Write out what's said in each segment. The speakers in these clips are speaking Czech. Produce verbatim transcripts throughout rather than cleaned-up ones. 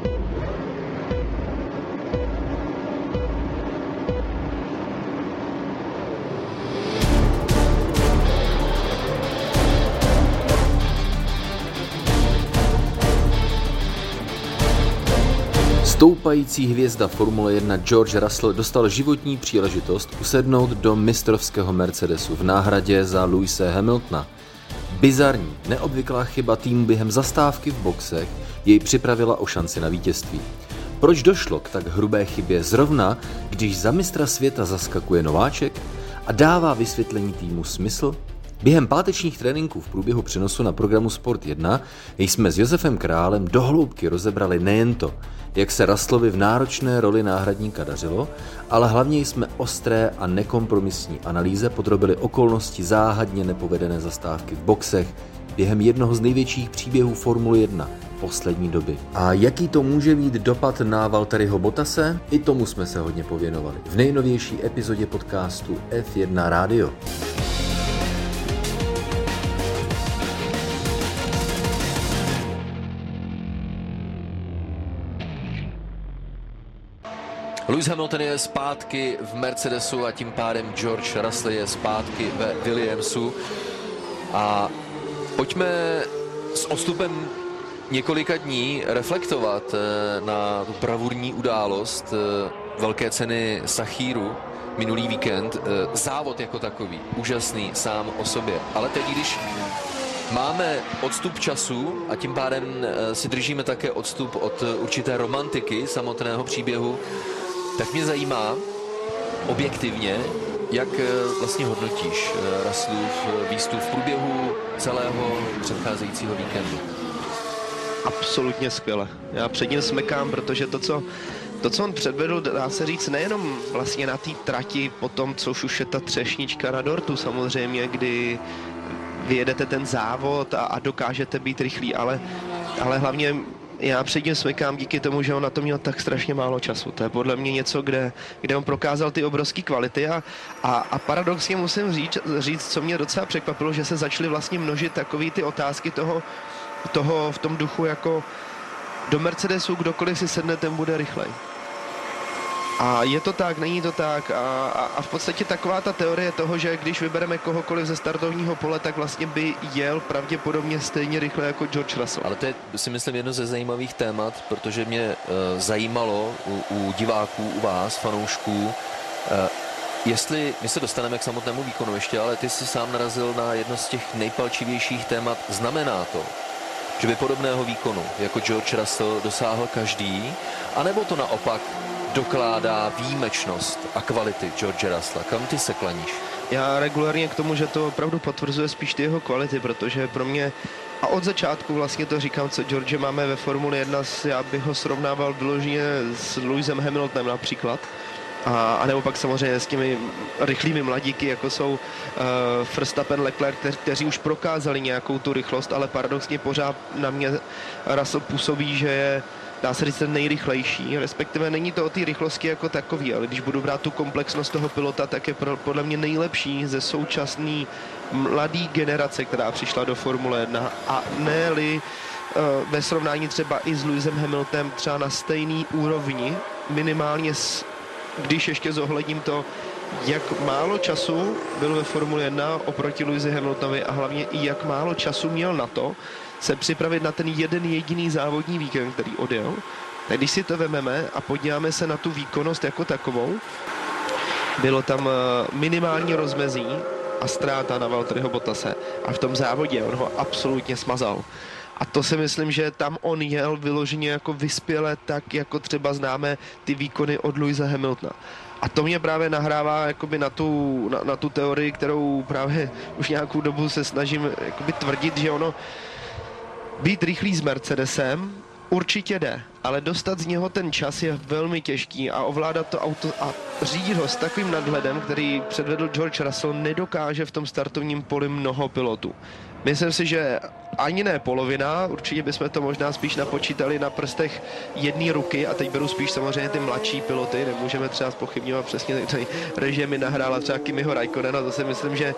Stoupající hvězda Formule jedna George Russell dostal životní příležitost usednout do mistrovského Mercedesu v náhradě za Lewise Hamiltona. Bizarní, neobvyklá chyba týmu během zastávky v boxech jej připravila o šanci na vítězství. Proč došlo k tak hrubé chybě zrovna, když za mistra světa zaskakuje nováček a dává vysvětlení týmu smysl? Během pátečních tréninků v průběhu přenosu na programu Sport jedna jsme s Josefem Králem do hloubky rozebrali nejen to, jak se Russellovi v náročné roli náhradníka dařilo, ale hlavně jsme ostré a nekompromisní analýze podrobili okolnosti záhadně nepovedené zastávky v boxech během jednoho z největších příběhů Formule jedna poslední doby. A jaký to může mít dopad na Valtteriho Bottase? I tomu jsme se hodně pověnovali v nejnovější epizodě podcastu F jedna Radio. Lewis Hamilton je zpátky v Mercedesu a tím pádem George Russell je zpátky ve Williamsu. A pojďme s odstupem několika dní reflektovat na tu bravurní událost velké ceny Sachíru minulý víkend. Závod jako takový, úžasný sám o sobě. Ale teď, když máme odstup času a tím pádem si držíme také odstup od určité romantiky samotného příběhu, tak mě zajímá objektivně, jak vlastně hodnotíš Russellův výstup v průběhu celého předcházejícího víkendu. Absolutně skvěle. Já před ním smekám, protože to, co, to, co on předvedl, dá se říct, nejenom vlastně na té trati potom, co už je ta třešnička na dortu samozřejmě, kdy vyjedete ten závod a, a dokážete být rychlý, ale, ale hlavně já před ním smykám díky tomu, že on na to měl tak strašně málo času. To je podle mě něco, kde, kde on prokázal ty obrovské kvality a, a, a paradoxně musím říct, říct, co mě docela překvapilo, že se začaly vlastně množit takové ty otázky toho, toho v tom duchu jako do Mercedesu kdokoliv si sedne, ten bude rychlej. A je to tak, není to tak a, a, a v podstatě taková ta teorie toho, že když vybereme kohokoliv ze startovního pole, tak vlastně by jel pravděpodobně stejně rychle jako George Russell. Ale to je, si myslím, jedno ze zajímavých témat, protože mě uh, zajímalo u, u diváků, u vás, fanoušků, uh, jestli my se dostaneme k samotnému výkonu ještě, ale ty jsi sám narazil na jedno z těch nejpalčivějších témat. Znamená to, že by podobného výkonu jako George Russell dosáhl každý, anebo to naopak dokládá výjimečnost a kvality George Russella? Kam ty se klaníš? Já regulárně k tomu, že to opravdu potvrzuje spíš ty jeho kvality, protože pro mě, a od začátku vlastně to říkám, co George máme ve Formule jedna, já bych ho srovnával vyloženě s Lewisem Hamiltonem například. A, a nebo pak samozřejmě s těmi rychlými mladíky, jako jsou uh, Verstappen, Leclerc, kteř, kteří už prokázali nějakou tu rychlost, ale paradoxně pořád na mě Russell působí, že je, dá se říct, ten nejrychlejší, respektive není to o té rychlosti jako takový, ale když budu brát tu komplexnost toho pilota, tak je pro, podle mě nejlepší ze současné mladé generace, která přišla do Formule jedna a ne-li uh, ve srovnání třeba i s Lewisem Hamiltonem třeba na stejný úrovni, minimálně s, když ještě zohledním to, jak málo času byl ve Formule jedna oproti Lewisi Hamiltonovi a hlavně i jak málo času měl na to se připravit na ten jeden jediný závodní víkend, který odjel. Tak když si to vememe a podíváme se na tu výkonnost jako takovou, bylo tam minimální rozmezí a ztráta na Valtteriho Bottase a v tom závodě on ho absolutně smazal. A to si myslím, že tam on jel vyloženě jako vyspěle, tak jako třeba známe ty výkony od Lewise Hamiltona. A to mě právě nahrává jakoby na, tu, na, na tu teorii, kterou právě už nějakou dobu se snažím jakoby tvrdit, že ono být rychlý s Mercedesem určitě jde, ale dostat z něho ten čas je velmi těžký a ovládat to auto a řídit ho s takovým nadhledem, který předvedl George Russell, nedokáže v tom startovním poli mnoho pilotů. Myslím si, že ani ne polovina, určitě bychom to možná spíš napočítali na prstech jedné ruky a teď beru spíš samozřejmě ty mladší piloty, nemůžeme třeba zpochybňovat přesně tady režie mi nahrála třeba Kimiho Raikkonena, to si myslím, že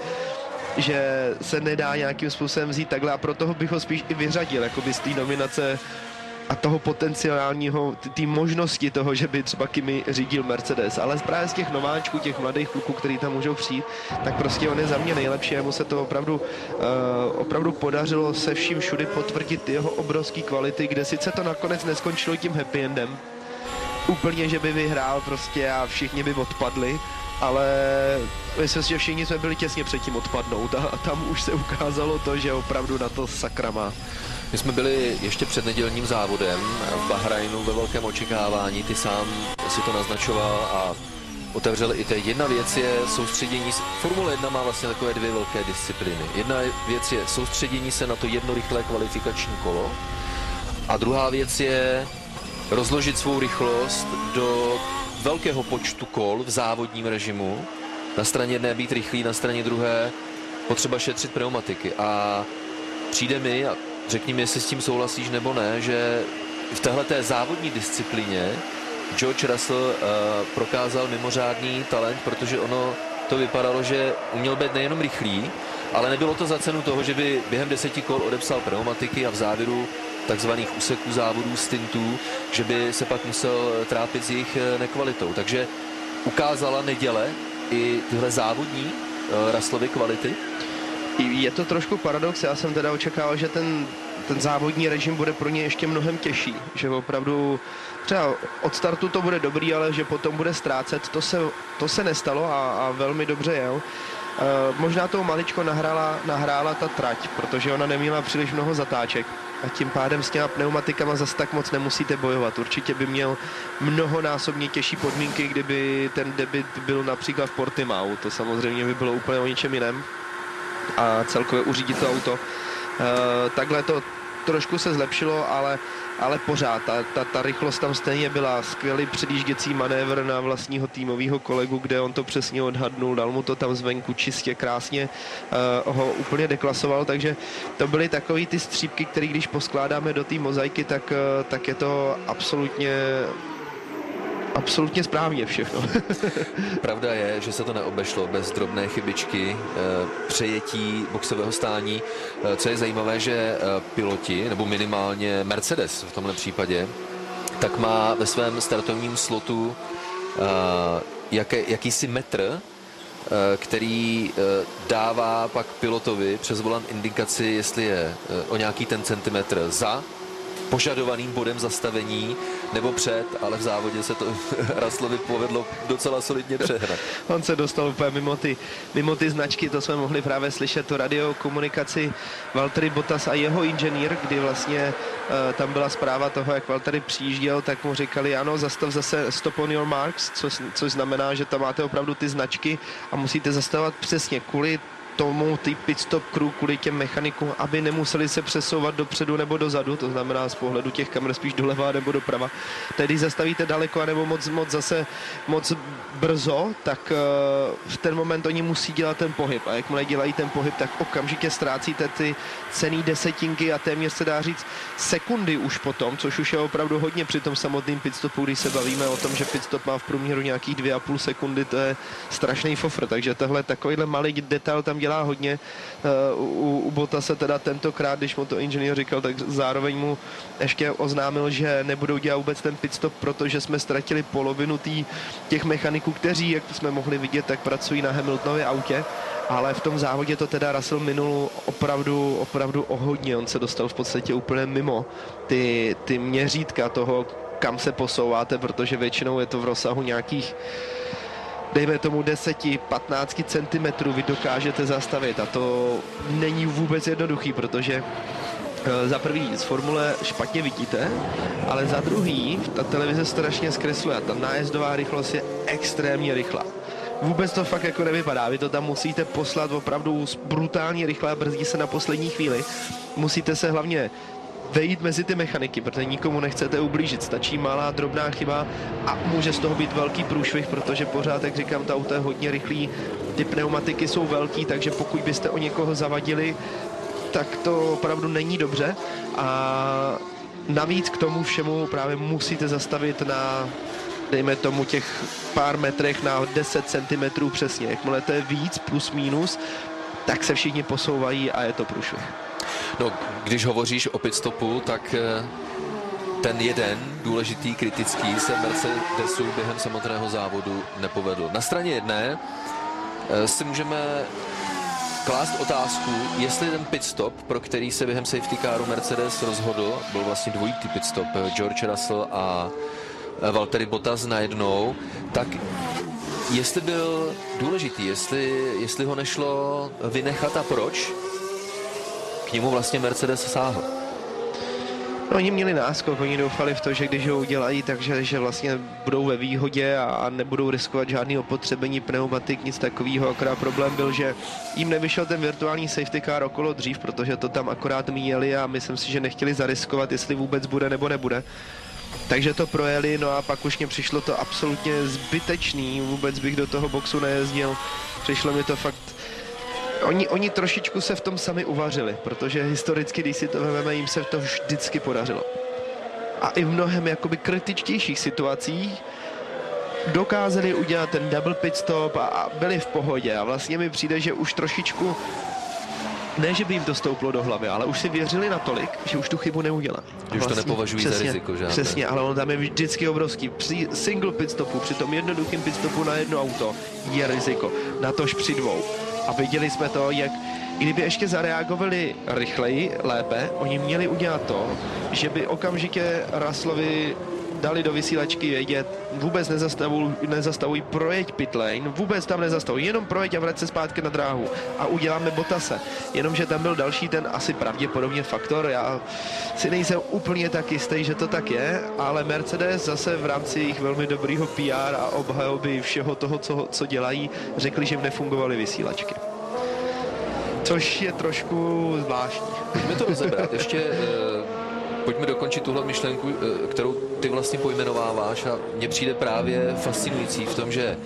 že se nedá nějakým způsobem vzít takhle a proto bych ho spíš i vyřadil jakoby z té nominace a toho potenciálního, té možnosti toho, že by třeba Kimi řídil Mercedes, ale právě z těch nováčků, těch mladých kluků, který tam můžou přijít, tak prostě on je za mě nejlepší a mu se to opravdu, uh, opravdu podařilo se vším všudy potvrdit jeho obrovský kvality, kde sice to nakonec neskončilo tím happy endem, úplně, že by vyhrál prostě a všichni by odpadli, ale myslím si, že všichni jsme byli těsně předtím odpadnout a, a tam už se ukázalo to, že opravdu na to sakra má. My jsme byli ještě před nedělním závodem v Bahrajnu ve velkém očekávání, ty sám si to naznačoval a otevřel i teď. Jedna věc je soustředění, Formule jedna má vlastně takové dvě velké disciplíny. Jedna věc je soustředění se na to jedno rychlé kvalifikační kolo a druhá věc je rozložit svou rychlost do velkého počtu kol v závodním režimu. Na straně jedné být rychlý, na straně druhé potřeba šetřit pneumatiky a přijde mi, a řekni mi, jestli s tím souhlasíš nebo ne, že v téhleté závodní disciplíně George Russell uh, prokázal mimořádný talent, protože ono to vypadalo, že uměl být nejenom rychlý, ale nebylo to za cenu toho, že by během deseti kol odepsal pneumatiky a v závěru takzvaných úseků závodů, stintů, že by se pak musel trápit s jejich nekvalitou. Takže ukázala neděle i tyhle závodní uh, Russellovy kvality. Je to trošku paradox, já jsem teda očekával, že ten, ten závodní režim bude pro ně ještě mnohem těžší, že opravdu třeba od startu to bude dobrý, ale že potom bude ztrácet, to se, to se nestalo a, a velmi dobře jel. E, možná toho maličko nahrála, nahrála ta trať, protože ona neměla příliš mnoho zatáček a tím pádem s těma pneumatikama zase tak moc nemusíte bojovat. Určitě by měl mnohonásobně těžší podmínky, kdyby ten debut byl například v Portimao, to samozřejmě by bylo úplně o ničem jiném. A celkově uřídit to auto. E, takhle to trošku se zlepšilo, ale, ale pořád ta, ta, ta rychlost tam stejně byla. Skvělý předjížděcí manévr na vlastního týmového kolegu, kde on to přesně odhadnul, dal mu to tam zvenku čistě, krásně e, ho úplně deklasoval, takže to byly takový ty střípky, které když poskládáme do té mozaiky, tak, tak je to absolutně Absolutně správně všechno. Pravda je, že se to neobešlo bez drobné chybičky, přejetí boxového stání. Co je zajímavé, že piloti, nebo minimálně Mercedes v tomhle případě, tak má ve svém startovním slotu jaké, jakýsi metr, který dává pak pilotovi přes volant indikaci, jestli je o nějaký ten centimetr za požadovaným bodem zastavení nebo před, ale v závodě se to Russellovi povedlo docela solidně přehnat. On se dostal úplně mimo ty, mimo ty značky, to jsme mohli právě slyšet, tu radiokomunikaci Valtteri Bottas a jeho inženýr, kdy vlastně uh, tam byla zpráva toho, jak Valtteri přijížděl, tak mu říkali, ano, zastav zase stop on your marks, což, což znamená, že tam máte opravdu ty značky a musíte zastavovat přesně kvůli tomu ty pit stop crew, kvůli těm mechanikům, aby nemuseli se přesouvat dopředu nebo dozadu, to znamená z pohledu těch kamer spíš doleva nebo doprava. Tedy zastavíte daleko nebo moc, moc zase moc brzo, tak uh, v ten moment oni musí dělat ten pohyb a jakmile dělají ten pohyb, tak okamžitě ztrácíte ty cenný desetinky a téměř se dá říct sekundy už potom, což už je opravdu hodně při tom samotným pitstopu, když se bavíme o tom, že pitstop má v průměru nějakých dvě a půl sekundy, to je strašný fofr, takže tohle takovýhle malý detail tam dělá hodně. U, u Bottase teda tentokrát, když mu to inženýr říkal, tak zároveň mu ještě oznámil, že nebudou dělat vůbec ten pitstop, protože jsme ztratili polovinu tý, těch mechaniků, kteří, jak jsme mohli vidět, tak pracují na Hamiltonově autě, ale v tom závodě to teda Russell minul opravdu, opravdu o hodně. On se dostal v podstatě úplně mimo ty, ty měřítka toho, kam se posouváte, protože většinou je to v rozsahu nějakých dejme tomu deset až patnáct centimetrů vy dokážete zastavit a to není vůbec jednoduchý, protože za prvý z formule špatně vidíte, ale za druhý ta televize strašně zkresluje a ta nájezdová rychlost je extrémně rychlá. Vůbec to fakt jako nevypadá, vy to tam musíte poslat opravdu brutálně rychle a brzdí se na poslední chvíli. Musíte se hlavně vejít mezi ty mechaniky, protože nikomu nechcete ublížit. Stačí malá drobná chyba a může z toho být velký průšvih, protože pořád, jak říkám, to auto je hodně rychlý, ty pneumatiky jsou velký, takže pokud byste o někoho zavadili, tak to opravdu není dobře a navíc k tomu všemu právě musíte zastavit na, dejme tomu, těch pár metrech na deset centimetrů přesně. Jakmile to je víc, plus minus, tak se všichni posouvají a je to průšvih. No, když hovoříš o pitstopu, tak ten jeden důležitý, kritický se Mercedesu během samotného závodu nepovedl. Na straně jedné si můžeme klást otázku, jestli ten pitstop, pro který se během safety caru Mercedes rozhodl, byl vlastně dvojitý pitstop, George Russell a Valtteri Bottas najednou, tak jestli byl důležitý, jestli, jestli ho nešlo vynechat a proč k němu vlastně Mercedes sáhl. No, oni měli náskok, oni doufali v to, že když ho udělají, takže že vlastně budou ve výhodě a, a nebudou riskovat žádný opotřebení pneumatik, nic takového. Akorát problém byl, že jim nevyšel ten virtuální safety car okolo dřív, protože to tam akorát míjeli a myslím si, že nechtěli zariskovat, jestli vůbec bude nebo nebude. Takže to projeli, no a pak už mě přišlo to absolutně zbytečný, vůbec bych do toho boxu nejezdil. Přišlo mi to fakt... Oni, oni trošičku se v tom sami uvařili, protože historicky, když si to vezmeme, jim se to vždycky podařilo. A i v mnohem jakoby kritičtějších situacích dokázali udělat ten double pit stop a, a byli v pohodě. A vlastně mi přijde, že už trošičku, ne, že by jim to stouplo do hlavy, ale už si věřili natolik, že už tu chybu neudělá. Už vlastně, to nepovažují přesně, za riziko, žádné. Přesně, ale on tam je vždycky obrovský. Při single pit stopu, při tom jednoduchém pit stopu na jedno auto je riziko. Natož při dvou. A viděli jsme to, jak i kdyby ještě zareagovali rychleji, lépe, oni měli udělat to, že by okamžitě Russellovi dali do vysílačky vědět, vůbec nezastavují, nezastavují projeď pit lane, vůbec tam nezastavují, jenom projeď a vrať se zpátky na dráhu a uděláme Bottase. Jenomže tam byl další ten asi pravděpodobně faktor, já si nejsem úplně tak jistý, že to tak je, ale Mercedes zase v rámci jejich velmi dobrýho P R a obhajoby všeho toho, co, co dělají, řekli, že jim nefungovaly vysílačky. Což je trošku zvláštní. Pojďme to rozebrat. Ještě pojďme dokončit tuhle myšlenku, kterou ty vlastně pojmenováváš a mně přijde právě fascinující v tom, že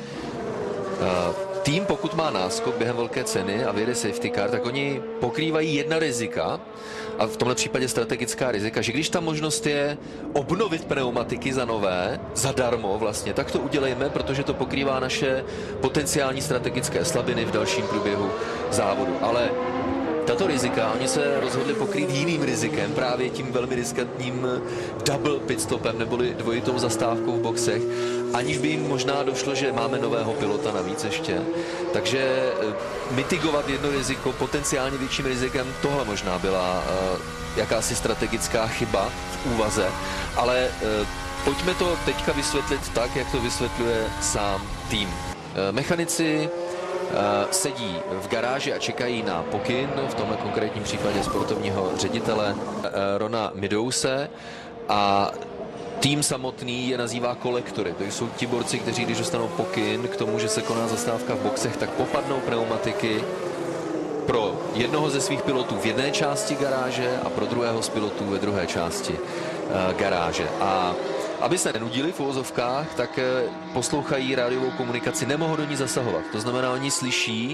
tým, pokud má náskok během velké ceny a vyjede safety car, tak oni pokrývají jedna rizika, a v tomhle případě strategická rizika, že když ta možnost je obnovit pneumatiky za nové, zadarmo vlastně, tak to udělejme, protože to pokrývá naše potenciální strategické slabiny v dalším průběhu závodu. Ale tato rizika, oni se rozhodli pokrýt jiným rizikem, právě tím velmi riskantním double pitstopem, neboli dvojitou zastávkou v boxech, aniž by jim možná došlo, že máme nového pilota navíc ještě. Takže mitigovat jedno riziko potenciálně větším rizikem, tohle možná byla uh, jakási strategická chyba v úvaze, ale uh, pojďme to teďka vysvětlit tak, jak to vysvětluje sám tým. Uh, mechanici Uh, sedí v garáži a čekají na pokyn, v tomhle konkrétním případě sportovního ředitele uh, Rona Meadowse, a tým samotný je nazývá kolektory. To jsou ti borci, kteří, když dostanou pokyn k tomu, že se koná zastávka v boxech, tak popadnou pneumatiky pro jednoho ze svých pilotů v jedné části garáže a pro druhého z pilotů ve druhé části uh, garáže. A aby se nenudili v uvozovkách, tak poslouchají rádiovou komunikaci, nemohou do ní zasahovat. To znamená, oni slyší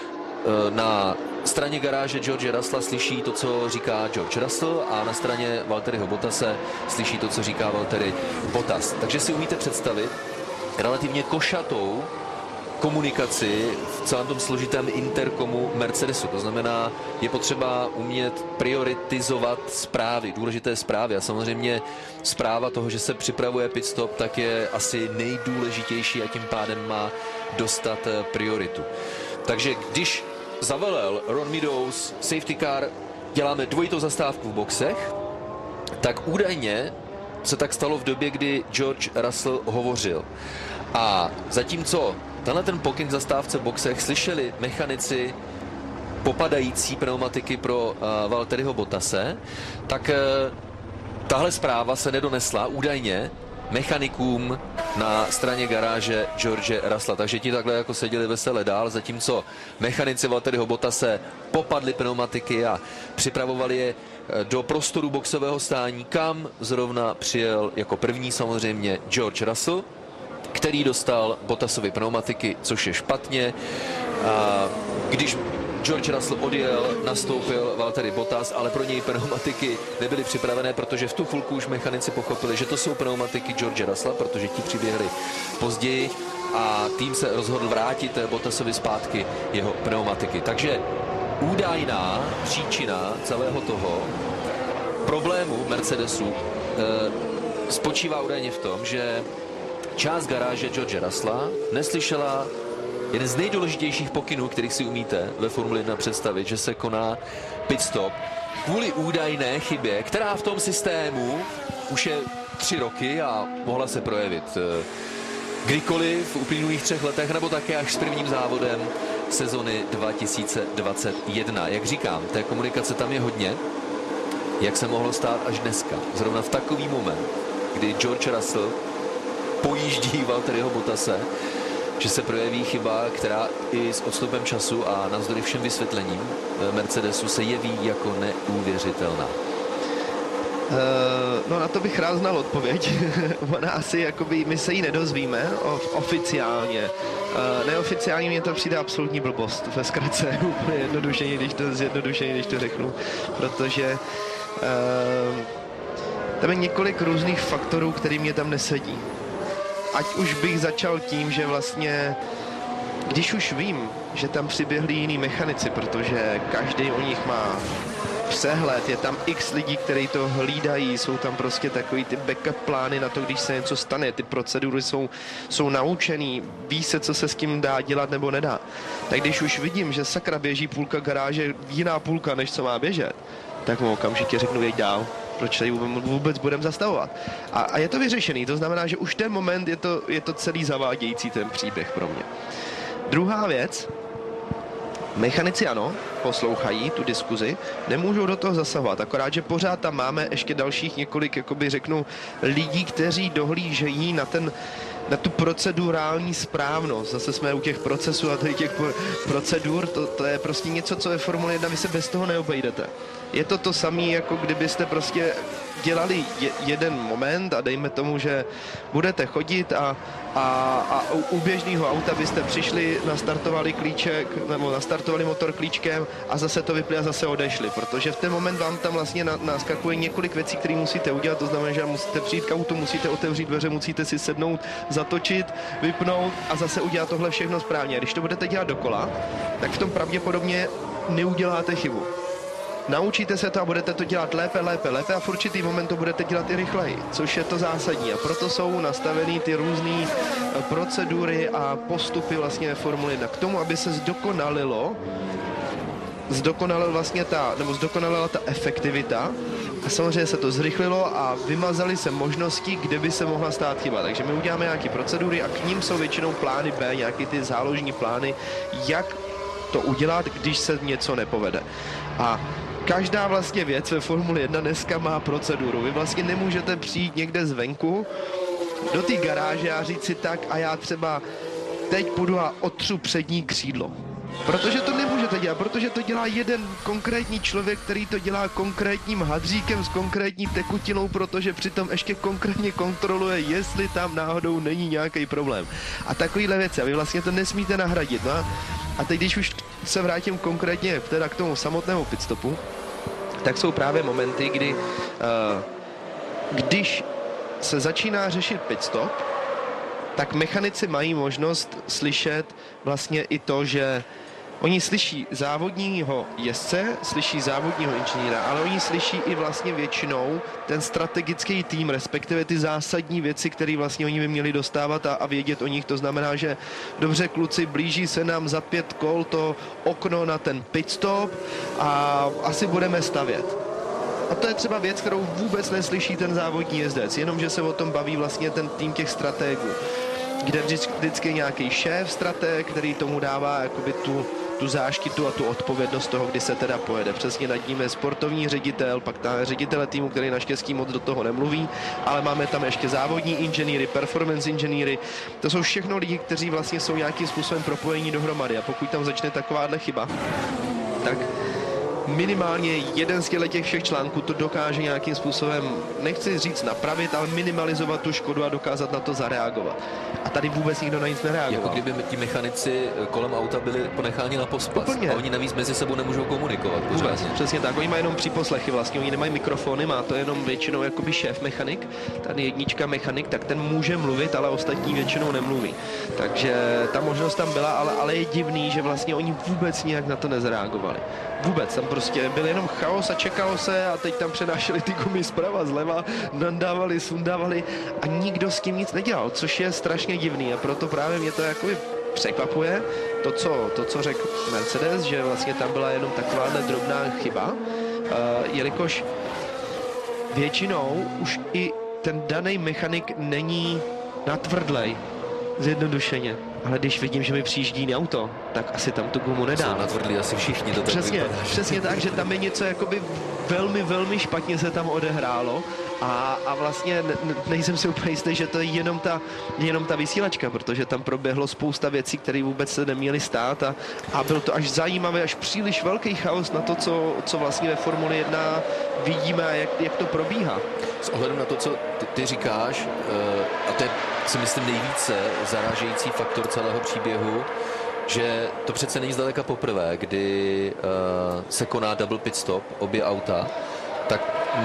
na straně garáže George Russella slyší to, co říká George Russell, a na straně Valtteriho Bottase slyší to, co říká Valtteri Bottas. Takže si umíte představit relativně košatou komunikaci v celém tom složitém interkomu Mercedesu. To znamená, je potřeba umět prioritizovat zprávy, důležité zprávy, a samozřejmě zpráva toho, že se připravuje pit stop, tak je asi nejdůležitější a tím pádem má dostat prioritu. Takže když zavelel Ron Meadows safety car, děláme dvojitou zastávku v boxech, tak údajně se tak stalo v době, kdy George Russell hovořil. A zatímco tenhle ten pokyn v zastávce v boxech slyšeli mechanici popadající pneumatiky pro uh, Valtteriho Bottase, tak uh, tahle zpráva se nedonesla údajně mechanikům na straně garáže George Russella. Takže ti takhle jako seděli vesele dál, zatímco mechanici Valtteriho Bottase popadli pneumatiky a připravovali je do prostoru boxového stání, kam zrovna přijel jako první samozřejmě George Russell, který dostal Bottasovi pneumatiky, což je špatně. A když George Russell odjel, nastoupil Valtteri Bottas, ale pro něj pneumatiky nebyly připravené, protože v tu chvilku už mechanici pochopili, že to jsou pneumatiky George Russella, protože ti přiběhli později a tým se rozhodl vrátit Bottasovi zpátky jeho pneumatiky. Takže údajná příčina celého toho problému Mercedesu spočívá údajně v tom, že část garáže George Russella neslyšela jeden z nejdůležitějších pokynů, kterých si umíte ve Formuli jedna představit, že se koná pit stop kvůli údajné chybě, která v tom systému už je tři roky a mohla se projevit kdykoliv v uplynulých třech letech, nebo také až s prvním závodem sezony dva tisíce dvacet jedna. Jak říkám, té komunikace tam je hodně. Jak se mohlo stát až dneska, zrovna v takový moment, kdy George Russell pojíždí Valtteriho Bottase, že se projeví chyba, která i s odstupem času a navzdory všem vysvětlením Mercedesu se jeví jako neuvěřitelná. Uh, no na to bych rád znal odpověď. Ona asi, jakoby, my se ji nedozvíme of, oficiálně. Uh, neoficiálně mě to přijde absolutní blbost. Ve zkratce úplně jednodušeně, když to zjednodušeně, když to řeknu. Protože uh, tam je několik různých faktorů, který mě tam nesedí. Ať už bych začal tím, že vlastně, když už vím, že tam přiběhli jiní mechanici, protože každý o nich má přehled, je tam x lidí, kteří to hlídají, jsou tam prostě takový ty backup plány na to, když se něco stane, ty procedury jsou, jsou naučený, ví se, co se s tím dá dělat nebo nedá. Tak když už vidím, že sakra běží půlka garáže, jiná půlka, než co má běžet, tak mu okamžitě řeknu, jeď dál. Proč tady vůbec budeme zastavovat. A, a je to vyřešený, to znamená, že už ten moment je to, je to celý zavádějící ten příběh pro mě. Druhá věc, mechanici ano, poslouchají tu diskuzi, nemůžou do toho zasahovat, akorát, že pořád tam máme ještě dalších několik, jakoby řeknu, lidí, kteří dohlížejí na ten na tu procedurální správnost. Zase jsme u těch procesů a tady těch procedur, to, to je prostě něco, co je Formule jedna, vy se bez toho neobejdete. Je to to samé, jako kdybyste prostě dělali je, jeden moment a dejme tomu, že budete chodit a, a, a u běžného auta byste přišli, nastartovali klíček, nebo nastartovali motor klíčkem a zase to vypli a zase odešli, protože v ten moment vám tam vlastně na, naskakuje několik věcí, které musíte udělat, to znamená, že musíte přijít k autu, musíte otevřít dveře, musíte si sednout, zatočit, vypnout a zase udělat tohle všechno správně. A když to budete dělat dokola, tak v tom pravděpodobně neuděláte chybu. Naučíte se to a budete to dělat lépe, lépe, lépe a v určitý moment to budete dělat i rychleji, což je to zásadní. A proto jsou nastaveny ty různé procedury a postupy vlastně ve Formule jedna k tomu, aby se zdokonalilo, zdokonalila vlastně ta, nebo zdokonalila ta efektivita a samozřejmě se to zrychlilo a vymazaly se možnosti, kde by se mohla stát chyba. Takže my uděláme nějaké procedury a k ním jsou většinou plány B, nějaké ty záložní plány, jak to udělat, když se něco nepovede. A každá vlastně věc ve Formule jedna dneska má proceduru. Vy vlastně nemůžete přijít někde zvenku do té garáže a říct si tak a já třeba teď půjdu a otřu přední křídlo. Protože to nemůžete dělat, protože to dělá jeden konkrétní člověk, který to dělá konkrétním hadříkem s konkrétní tekutinou, protože přitom ještě konkrétně kontroluje, jestli tam náhodou není nějaký problém. A takovýhle věci, a vy vlastně to nesmíte nahradit. No a, a teď, když už se vrátím konkrétně teda k tomu samotnému pitstopu, tak jsou právě momenty, kdy uh, když se začíná řešit pitstop, tak mechanici mají možnost slyšet vlastně i to, že oni slyší závodního jezdce, slyší závodního inženýra, ale oni slyší i vlastně většinou ten strategický tým, respektive ty zásadní věci, které vlastně oni by měli dostávat a, a vědět o nich. To znamená, že dobře kluci, blíží se nám za pět kol to okno na ten pitstop a asi budeme stavět. A to je třeba věc, kterou vůbec neslyší ten závodní jezdec, jenomže se o tom baví vlastně ten tým těch stratégů, kde vždycky je nějaký šéf stratég, který tomu dává jakoby tu, tu záštitu a tu odpovědnost toho, kdy se teda pojede. Přesně nad ním je sportovní ředitel, pak ta ředitele týmu, který naštěstí moc do toho nemluví, ale máme tam ještě závodní inženýry, performance inženýry. To jsou všechno lidi, kteří vlastně jsou nějakým způsobem propojení dohromady a pokud tam začne takováhle chyba, tak minimálně jeden z těch všech článků to dokáže nějakým způsobem, nechci říct napravit, ale minimalizovat tu škodu a dokázat na to zareagovat. A tady vůbec nikdo na nic nereagoval. Jako kdyby ti mechanici kolem auta byli ponecháni na pospas. Úplně. A oni navíc mezi sebou nemůžou komunikovat. Vůbec, přesně tak. Oni mají jenom příposlechy vlastně, oni nemají mikrofony, má to jenom většinou jakoby šéf mechanik, tady jednička mechanik, tak ten může mluvit, ale ostatní většinou nemluví. Takže ta možnost tam byla, ale, ale je divný, že vlastně oni vůbec nijak na to nezareagovali. Vůbec, tam prostě byl jenom chaos a čekalo se a teď tam přenášeli ty gumy zprava, zleva, nandávali, sundávali a nikdo s tím nic nedělal, což je strašně divný a proto právě mě to jakoby překvapuje, to co, to, co řekl Mercedes, že vlastně tam byla jenom takováhle drobná chyba, uh, jelikož většinou už i ten daný mechanik není natvrdlej, zjednodušeně. Ale když vidím, že mi přijíždí auto, tak asi tam tu gumu nedá. Jsou natvrdlí asi všichni, to tak přesně, vypadá. Přesně tak, že tam je něco jakoby velmi, velmi špatně se tam odehrálo a, a vlastně ne, nejsem si úplně jistý, že to je jenom ta, jenom ta vysílačka, protože tam proběhlo spousta věcí, které vůbec se neměly stát a, a byl to až zajímavý, až příliš velký chaos na to, co, co vlastně ve Formuli jedna vidíme a jak, jak to probíhá. S ohledem na to, co ty, ty říkáš, a to je, si myslím, nejvíce zarážející faktor celého příběhu, že to přece není zdaleka poprvé, kdy uh, se koná double pit stop, obě auta, tak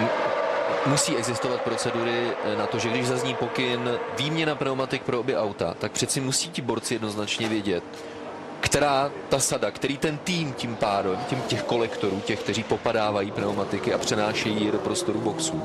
musí existovat procedury na to, že když zazní pokyn výměna pneumatik pro obě auta, tak přeci musí ti borci jednoznačně vědět, která ta sada, který ten tým tím pádem, tím těch kolektorů, těch, kteří popadávají pneumatiky a přenášejí je do prostoru boxů,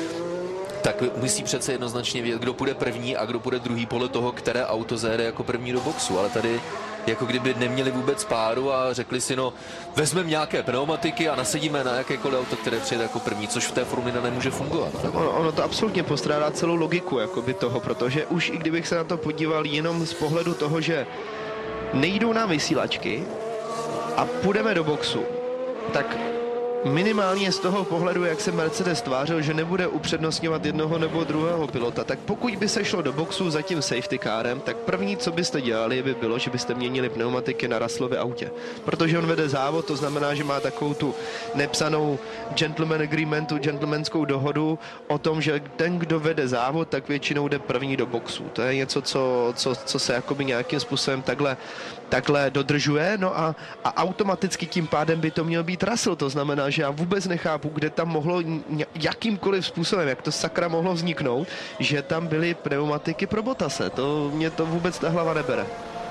tak musí přece jednoznačně vědět, kdo půjde první a kdo půjde druhý podle toho, které auto zajede jako první do boxu. Ale tady jako kdyby neměli vůbec páru a řekli si, no vezmeme nějaké pneumatiky a nasadíme na jakékoliv auto, které přijede jako první, což v té Formuli nemůže fungovat. Ono, ono to absolutně postrádá celou logiku jakoby toho, protože už i kdybych se na to podíval jenom z pohledu toho, že nejdou nám vysílačky a půjdeme do boxu, tak minimálně z toho pohledu, jak se Mercedes tvářil, že nebude upřednostňovat jednoho nebo druhého pilota, tak pokud by se šlo do boxu za tím safety carem, tak první, co byste dělali, by bylo, že byste měnili pneumatiky na Russellově autě. Protože on vede závod, to znamená, že má takovou tu nepsanou gentleman agreementu, gentlemanskou dohodu o tom, že ten, kdo vede závod, tak většinou jde první do boxu. To je něco, co, co, co se jakoby nějakým způsobem takhle, takhle dodržuje, no a, a automaticky tím pádem by to měl být Russell, to znamená, že já vůbec nechápu, kde tam mohlo jakýmkoliv způsobem, jak to sakra mohlo vzniknout, že tam byly pneumatiky pro Bottase. To mě to vůbec ta hlava nebere.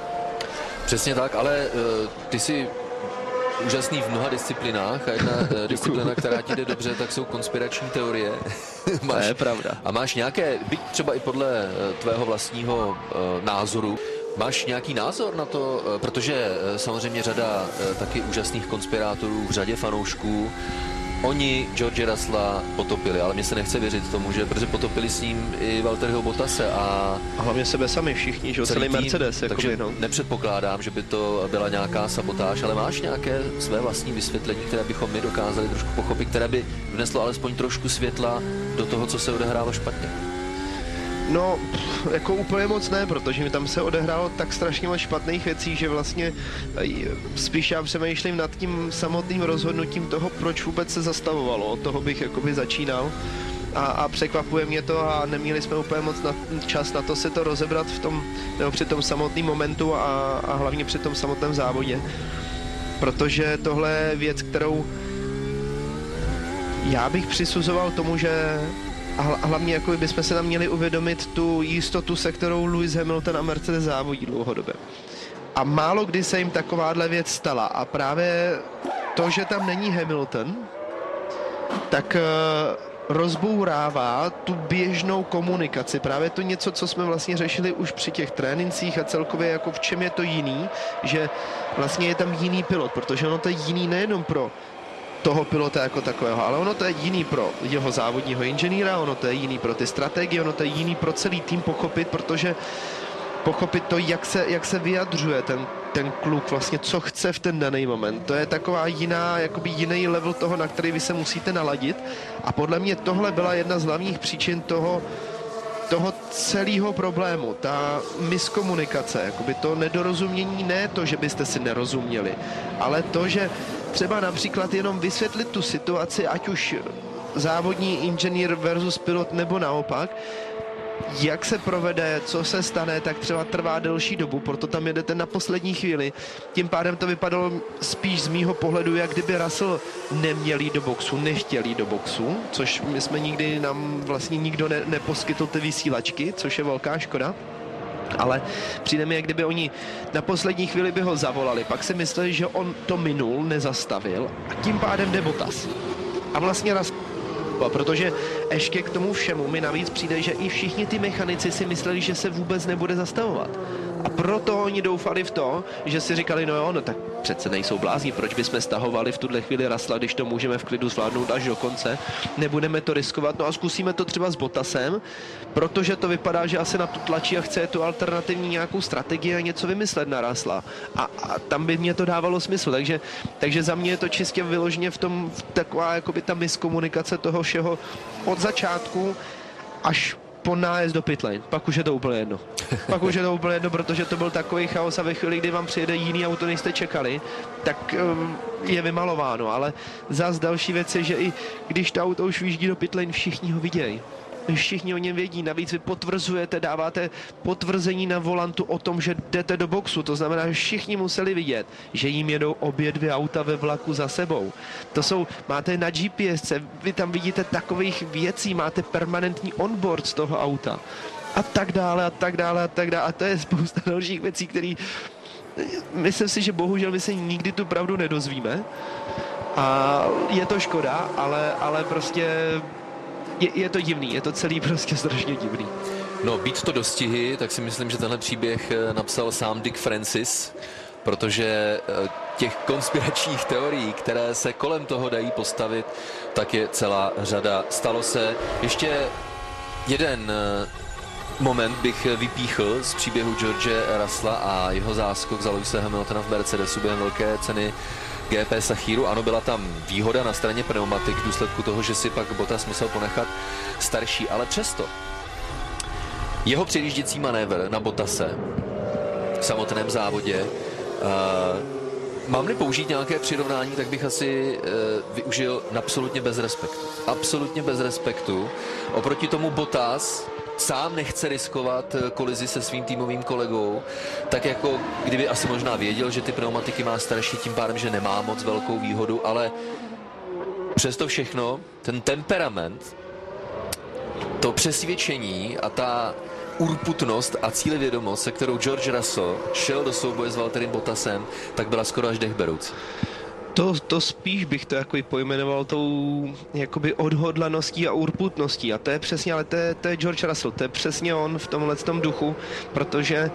Přesně tak, ale uh, ty jsi úžasný v mnoha disciplinách a jedna uh, disciplina, která ti jde dobře, tak jsou konspirační teorie. máš, to je pravda. A máš nějaké, byť třeba i podle uh, tvého vlastního uh, názoru, máš nějaký názor na to, protože samozřejmě řada taky úžasných konspirátorů, v řadě fanoušků, oni George Russella potopili, ale mně se nechce věřit tomu, že protože potopili s ním i Valtteriho Bottase a... A hlavně sebe sami všichni, že celý Mercedes. Jakoby, takže no. Nepředpokládám, že by to byla nějaká sabotáž, ale máš nějaké své vlastní vysvětlení, které bychom my dokázali trošku pochopit, které by vneslo alespoň trošku světla do toho, co se odehrálo špatně? No, jako úplně moc ne, protože mi tam se odehrálo tak strašně moc špatných věcí, že vlastně spíš já přemýšlím nad tím samotným rozhodnutím toho, proč vůbec se zastavovalo. Od toho bych jakoby začínal a, a překvapuje mě to a neměli jsme úplně moc na, čas na to se to rozebrat v tom, nebo při tom samotném momentu a, a hlavně při tom samotném závodě. Protože tohle je věc, kterou já bych přisuzoval tomu, že a hlavně jako bychom se tam měli uvědomit tu jistotu, se kterou Lewis Hamilton a Mercedes závodí dlouhodobě. A málo kdy se jim takováhle věc stala. A právě to, že tam není Hamilton, tak rozbourává tu běžnou komunikaci. Právě to něco, co jsme vlastně řešili už při těch trénincích a celkově jako v čem je to jiný, že vlastně je tam jiný pilot, protože ono to je jiný nejenom pro toho pilota jako takového, ale ono to je jiný pro jeho závodního inženýra, ono to je jiný pro ty strategie, ono to je jiný pro celý tým pochopit, protože pochopit to, jak se, jak se vyjadřuje ten, ten kluk, vlastně co chce v ten daný moment. To je taková jiná, jakoby jiný level toho, na který vy se musíte naladit a podle mě tohle byla jedna z hlavních příčin toho, toho celého problému, ta miskomunikace, jakoby to nedorozumění, ne to, že byste si nerozuměli, ale to, že třeba například jenom vysvětlit tu situaci, ať už závodní inženýr versus pilot nebo naopak, jak se provede, co se stane, tak třeba trvá delší dobu, proto tam jedete na poslední chvíli. Tím pádem to vypadalo spíš z mýho pohledu, jak kdyby Russell neměl jít do boxu, nechtěl jít do boxu, což my jsme nikdy, nám vlastně nikdo ne, neposkytl ty vysílačky, což je velká škoda. Ale přijde mi, jak kdyby oni na poslední chvíli by ho zavolali, pak si mysleli, že on to minul, nezastavil a tím pádem jde Bottas. A vlastně raz... Protože ještě k tomu všemu mi navíc přijde, že i všichni ty mechanici si mysleli, že se vůbec nebude zastavovat. A proto oni doufali v to, že si říkali, no jo, no tak přece nejsou blázni, proč bychom stahovali v tuhle chvíli Russella, když to můžeme v klidu zvládnout až do konce, nebudeme to riskovat, no a zkusíme to třeba s Bottasem, protože to vypadá, že asi na to tlačí a chce tu alternativní nějakou strategii a něco vymyslet na Russella. A, a tam by mě to dávalo smysl, takže, takže za mě je to čistě vyloženě v tom v taková jakoby ta miskomunikace toho všeho od začátku až po nájezd do pitlane, pak už je to úplně jedno. Pak už je to úplně jedno, protože to byl takový chaos a ve chvíli, kdy vám přijede jiný auto, než jste čekali, tak um, je vymalováno, ale zas další věc je, že i když to auto už vyjíždí do pitlane, všichni ho vidějí. Všichni o něm vědí, navíc vy potvrzujete, dáváte potvrzení na volantu o tom, že jdete do boxu, to znamená, že všichni museli vidět, že jim jedou obě dvě auta ve vlaku za sebou. To jsou, máte na G P S, vy tam vidíte takových věcí, máte permanentní onboard z toho auta a tak dále a tak dále a tak dále a to je spousta dalších věcí, které myslím si, že bohužel my se nikdy tu pravdu nedozvíme a je to škoda, ale, ale prostě Je, je to divný, je to celý prostě strašně divný. No, být to dostihy, tak si myslím, že tenhle příběh napsal sám Dick Francis, protože těch konspiračních teorií, které se kolem toho dají postavit, tak je celá řada. Stalo se ještě jeden moment bych vypíchl z příběhu George Russella a jeho záskok za Lewise Hamiltona v Mercedesu během velké ceny G P Sachiru. Ano, byla tam výhoda na straně pneumatik v důsledku toho, že si pak Bottas musel ponechat starší, ale přesto jeho předjížděcí manévr na Bottase v samotném závodě, uh, mám-li použít nějaké přirovnání, tak bych asi uh, využil absolutně bez respektu. Absolutně bez respektu. Oproti tomu Bottas sám nechce riskovat kolizi se svým týmovým kolegou, tak jako kdyby asi možná věděl, že ty pneumatiky má starší, tím pádem, že nemá moc velkou výhodu, ale přesto všechno, ten temperament, to přesvědčení a ta urputnost a cílevědomost, se kterou George Russell šel do souboje s Valtterem Bottasem, tak byla skoro až dechberoucí. To, to spíš bych to jako pojmenoval tou jakoby odhodlaností a urputností a to je přesně, ale to je, to je George Russell, to je přesně on v tomhletom duchu, protože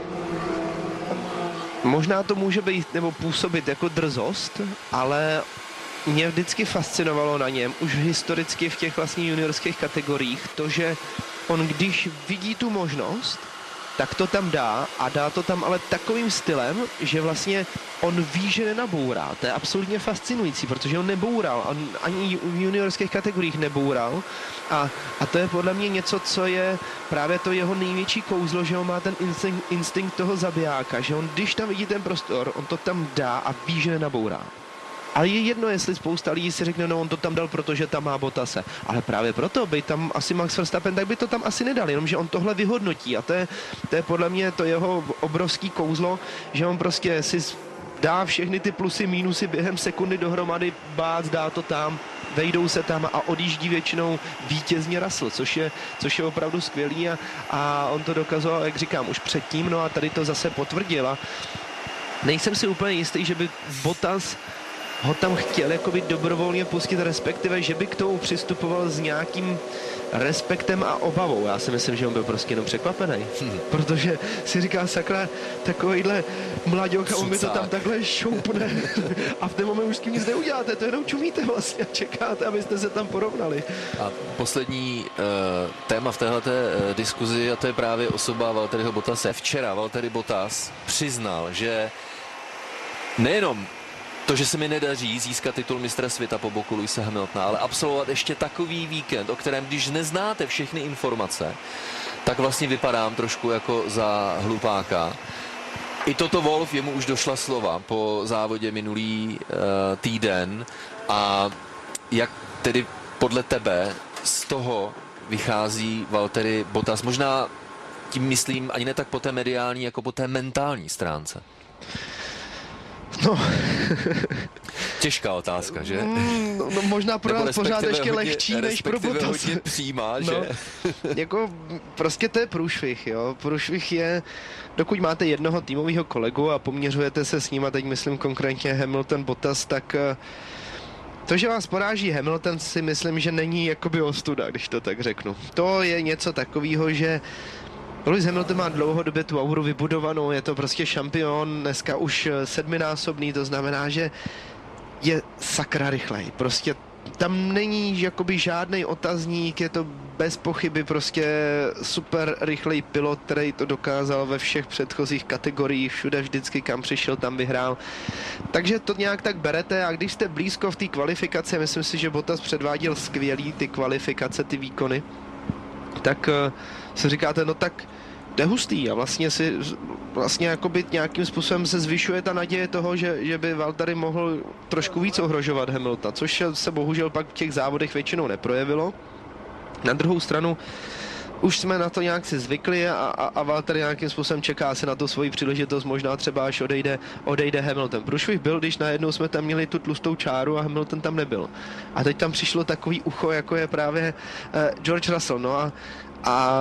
možná to může být nebo působit jako drzost, ale mě vždycky fascinovalo na něm, už historicky v těch vlastně juniorských kategoriích, to, že on když vidí tu možnost, tak to tam dá a dá to tam ale takovým stylem, že vlastně on ví, že nenabourá. To je absolutně fascinující, protože on neboural, on ani v juniorských kategoriích neboural a, a to je podle mě něco, co je právě to jeho největší kouzlo, že on má ten instinkt, instinkt toho zabijáka, že on když tam vidí ten prostor, on to tam dá a ví, že nenabourá. Ale je jedno, jestli spousta lidí si řekne, no on to tam dal, protože tam má Bottase. Ale právě proto by tam asi Max Verstappen, tak by to tam asi nedal, jenomže on tohle vyhodnotí a to je, to je podle mě to jeho obrovský kouzlo, že on prostě si dá všechny ty plusy, mínusy během sekundy dohromady, bác, dá to tam, vejdou se tam a odjíždí většinou vítězně Russell, což je, což je opravdu skvělý a, a on to dokazoval, jak říkám, už předtím, no a tady to zase potvrdil a nejsem si úplně jistý, že by Bottas ho tam chtěl jakoby dobrovolně pustit, respektive, že by k tomu přistupoval s nějakým respektem a obavou. Já si myslím, že on byl prostě jenom překvapený, hmm. protože si říká, sakra, takovýhle mlaďok a on mi to tam takhle šoupne a v ten moment už s tím nic neuděláte, to jenom čumíte vlastně a čekáte, abyste se tam porovnali. A poslední uh, téma v téhleté uh, diskuzi a to je právě osoba Valtteriho Bottase. Včera Valtteri Bottas přiznal, že nejenom to, že se mi nedaří získat titul mistra světa po boku Lewise Hamiltona, ale absolvovat ještě takový víkend, o kterém, když neznáte všechny informace, tak vlastně vypadám trošku jako za hlupáka. I Toto Wolff, jemu už došla slova po závodě minulý uh, týden a jak tedy podle tebe z toho vychází Valtteri Bottas, možná tím myslím ani ne tak po té mediální, jako po té mentální stránce. No. Těžká otázka, že? Mm, no, no, možná pro nás pořád ještě hodně, lehčí než pro Bottase. Hodně přijímá, že? No, jako prostě to je průšvih, jo. Průšvih je, dokud máte jednoho týmového kolegu a poměřujete se s ním, a teď myslím konkrétně Hamilton Bottas, tak to, že vás poráží Hamilton, si myslím, že není jakoby ostuda, když to tak řeknu. To je něco takového, že Lewis Hamilton má dlouhodobě tu auru vybudovanou, je to prostě šampion, dneska už sedminásobný, to znamená, že je sakra rychlej. Prostě tam není jakoby žádný otazník, je to bez pochyby prostě super rychlej pilot, který to dokázal ve všech předchozích kategoriích, všude vždycky kam přišel, tam vyhrál. Takže to nějak tak berete, a když jste blízko v té kvalifikaci, myslím si, že Bottas předváděl skvělý ty kvalifikace, ty výkony, tak uh, si říkáte, no tak to je hustý, a vlastně si vlastně jakoby nějakým způsobem se zvyšuje ta naděje toho, že, že by Valtteri mohl trošku víc ohrožovat Hamiltona, což se bohužel pak v těch závodech většinou neprojevilo. Na druhou stranu už jsme na to nějak si zvykli a, a, a Valtteri nějakým způsobem čeká si na tu svoji příležitost, možná třeba až odejde, odejde Hamilton. Průšvih byl, když najednou jsme tam měli tu tlustou čáru a Hamilton tam nebyl. A teď tam přišlo takový ucho, jako je právě uh, George Russell. No a, a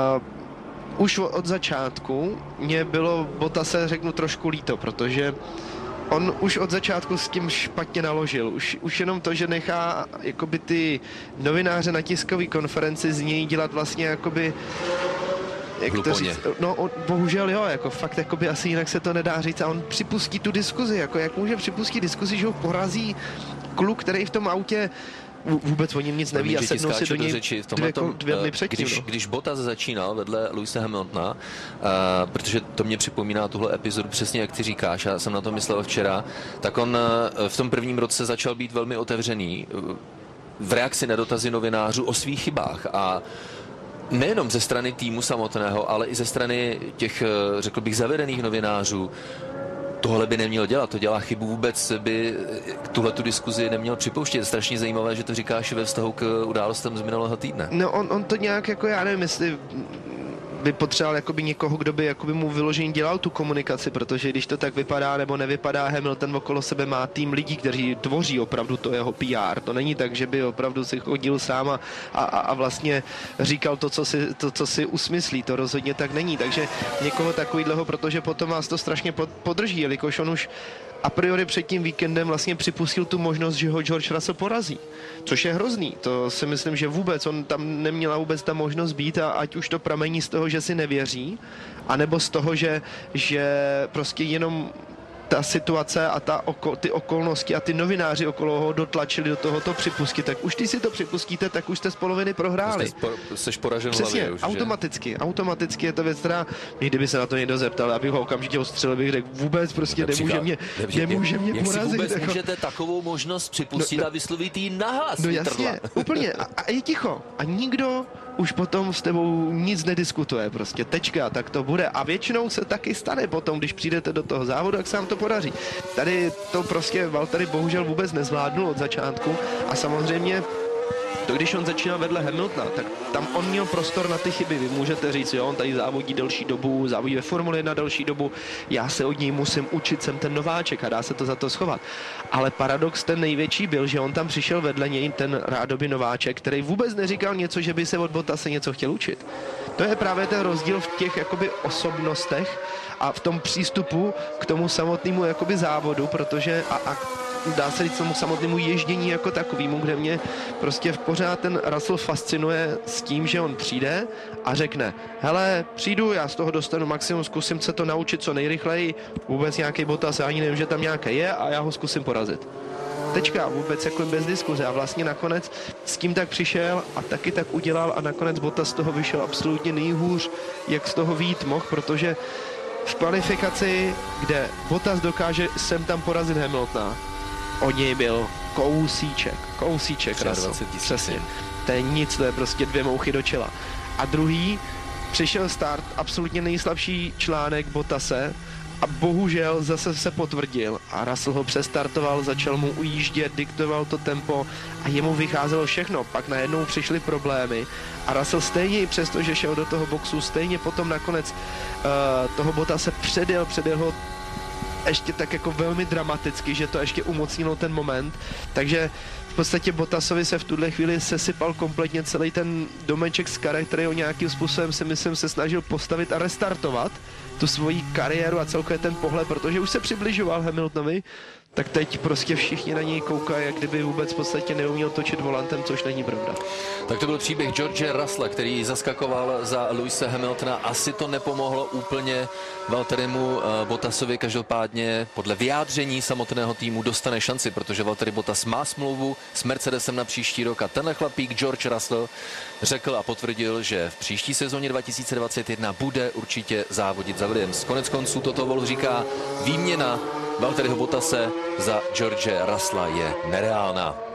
už od začátku mě bylo Bottase, řeknu, trošku líto, protože on už od začátku s tím špatně naložil. Už, už jenom to, že nechá jakoby ty novináře na tiskové konferenci z něj dělat vlastně jakoby, jak to říct, no on, bohužel jo, jako fakt jakoby asi jinak se to nedá říct, a on připustí tu diskuzi, jako jak může připustit diskuzi, že ho porazí kluk, který v tom autě vůbec o něm nic neví a sednou si do něj řeči, v dvě, dvě dny předtím. Když, no. když Bottas začínal vedle Lewise Hamiltona, uh, protože to mě připomíná tuhle epizodu přesně, jak ty říkáš, já jsem na to myslel včera, tak on uh, v tom prvním roce začal být velmi otevřený uh, v reakci na dotazy novinářů o svých chybách, a nejenom ze strany týmu samotného, ale i ze strany těch, řekl bych, zavedených novinářů. Tohle by neměl dělat, to dělá chybu, vůbec by tuhle tu diskuzi neměl připouštět. Je strašně zajímavé, že to říkáš ve vztahu k událostem z minulého týdne. No on, on to nějak jako, já nevím, jestli by potřeboval jakoby někoho, kdo by jakoby mu vyloženě dělal tu komunikaci, protože když to tak vypadá nebo nevypadá, Hamilton okolo sebe má tým lidí, kteří tvoří opravdu to jeho P R. To není tak, že by opravdu si chodil sám a, a, a vlastně říkal to co, si, to, co si usmyslí. To rozhodně tak není. Takže někoho takovýhleho, protože potom vás to strašně podrží, jelikož on už a priori před tím víkendem vlastně připustil tu možnost, že ho George Russell porazí. Což je hrozný. To si myslím, že vůbec on tam neměla vůbec ta možnost být, a ať už to pramení z toho, že si nevěří, anebo z toho, že, že prostě jenom ta situace a ta oko, ty okolnosti a ty novináři okolo ho dotlačili do tohoto připustit, tak už když si to připustíte, tak už jste z poloviny prohráli. Jste seš poražen Přesně, hlavě už, automaticky. Že? Automaticky je to věc, která, kdyby se na to někdo zeptal, abych ho okamžitě ostřelil, bych řekl, vůbec prostě nemůže mě, nemůže mě jak porazit. Jak si vůbec jako... můžete takovou možnost připustit no, no, a vyslovit jí nahlas? No jasně, úplně. A, a je ticho. A nikdo už potom s tebou nic nediskutuje, prostě tečka, tak to bude. A většinou se taky stane potom, když přijdete do toho závodu, jak se vám to podaří. Tady to prostě Valtteri bohužel vůbec nezvládnul od začátku, a samozřejmě to, když on začínal vedle Hamiltona, tak tam on měl prostor na ty chyby. Vy můžete říct, jo, on tady závodí delší dobu, závodí ve Formule jedna delší dobu, já se od něj musím učit, jsem ten nováček a dá se to za to schovat. Ale paradox ten největší byl, že on tam přišel vedle něj ten rádoby nováček, který vůbec neříkal něco, že by se od Bottase něco chtěl učit. To je právě ten rozdíl v těch jakoby osobnostech a v tom přístupu k tomu samotnému jakoby závodu, protože a, a dá se říct tomu samotnému ježdění jako takovému, kde mě prostě v pořád ten Russell fascinuje s tím, že on přijde a řekne, hele, přijdu, já z toho dostanu maximum, zkusím se to naučit co nejrychleji, vůbec nějaký Bottas, já ani nevím, že tam nějaký je, a já ho zkusím porazit. Tečka, vůbec jako bez diskuze, a vlastně nakonec s tím tak přišel a taky tak udělal, a nakonec Bottas z toho vyšel absolutně nejhůř, jak z toho vyjít mohl, protože v kvalifikaci, kde Bottas dokáže sem tam porazit Hamiltona, od něj byl kousíček, kousíček Russell, přesně. To je nic, to je prostě dvě mouchy do čela. A druhý, přišel start, absolutně nejslabší článek Bottase, a bohužel zase se potvrdil a Russell ho přestartoval, začal mu ujíždět, diktoval to tempo a jemu vycházelo všechno. Pak najednou přišly problémy a Russell stejně i přesto, že šel do toho boxu, stejně potom nakonec uh, toho Bottase předjel, předjel ho ještě tak jako velmi dramaticky, že to ještě umocnilo ten moment, takže v podstatě Bottasovi se v tuhle chvíli sesypal kompletně celý ten domeček z karet, který ho nějakým způsobem si myslím se snažil postavit a restartovat tu svoji kariéru a celkově ten pohled, protože už se přibližoval Hamiltonovi, tak teď prostě všichni na něj koukají, jak kdyby vůbec v podstatě neuměl točit volantem, což není pravda. Tak to byl příběh George Russella, který zaskakoval za Lewise Hamiltona. Asi to nepomohlo úplně Valtterimu Bottasovi, každopádně podle vyjádření samotného týmu dostane šanci, protože Valtteri Bottas má smlouvu s Mercedesem na příští rok a tenhle chlapík George Russell řekl a potvrdil, že v příští sezóně dva tisíce dvacet jedna bude určitě závodit za Williams. Konec konců Toto Wolff říká, výměna Valtteriho Bottase za George Russella je nereálná.